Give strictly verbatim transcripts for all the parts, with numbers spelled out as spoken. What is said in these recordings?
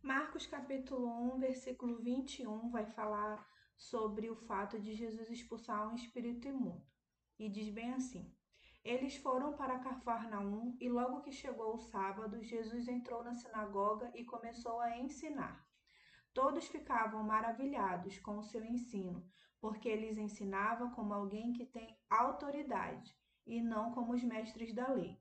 Marcos capítulo um, versículo vinte e um vai falar sobre o fato de Jesus expulsar um espírito imundo. E diz bem assim: Eles foram para Cafarnaum e logo que chegou o sábado, Jesus entrou na sinagoga e começou a ensinar. Todos ficavam maravilhados com o seu ensino, porque eles ensinava como alguém que tem autoridade e não como os mestres da lei.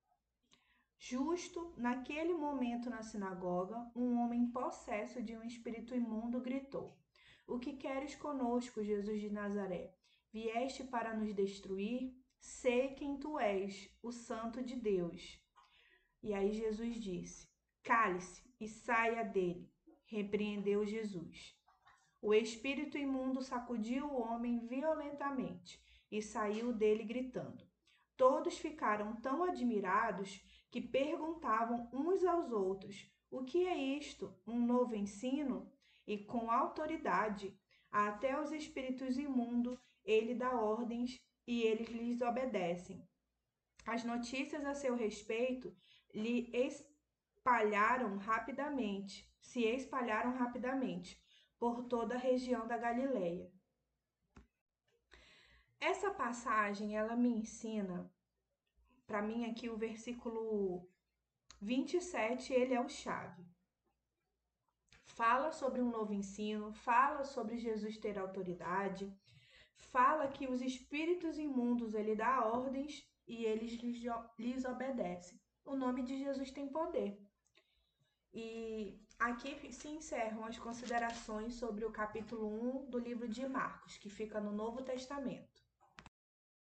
Justo naquele momento na sinagoga, um homem possesso de um espírito imundo gritou: O que queres conosco, Jesus de Nazaré? Vieste para nos destruir? Sei quem tu és, o Santo de Deus. E aí Jesus disse: Cale-se e saia dele. Repreendeu Jesus. O espírito imundo sacudiu o homem violentamente e saiu dele gritando. Todos ficaram tão admirados que perguntavam uns aos outros: O que é isto? Um novo ensino? E com autoridade, até os espíritos imundos ele dá ordens e eles lhes obedecem. As notícias a seu respeito lhe espalharam rapidamente, se espalharam rapidamente por toda a região da Galileia. Essa passagem, ela me ensina, para mim aqui o versículo vinte e sete, ele é o chave. Fala sobre um novo ensino, fala sobre Jesus ter autoridade, fala que os espíritos imundos ele dá ordens e eles lhes obedecem. O nome de Jesus tem poder. E aqui se encerram as considerações sobre o capítulo um do livro de Marcos, que fica no Novo Testamento.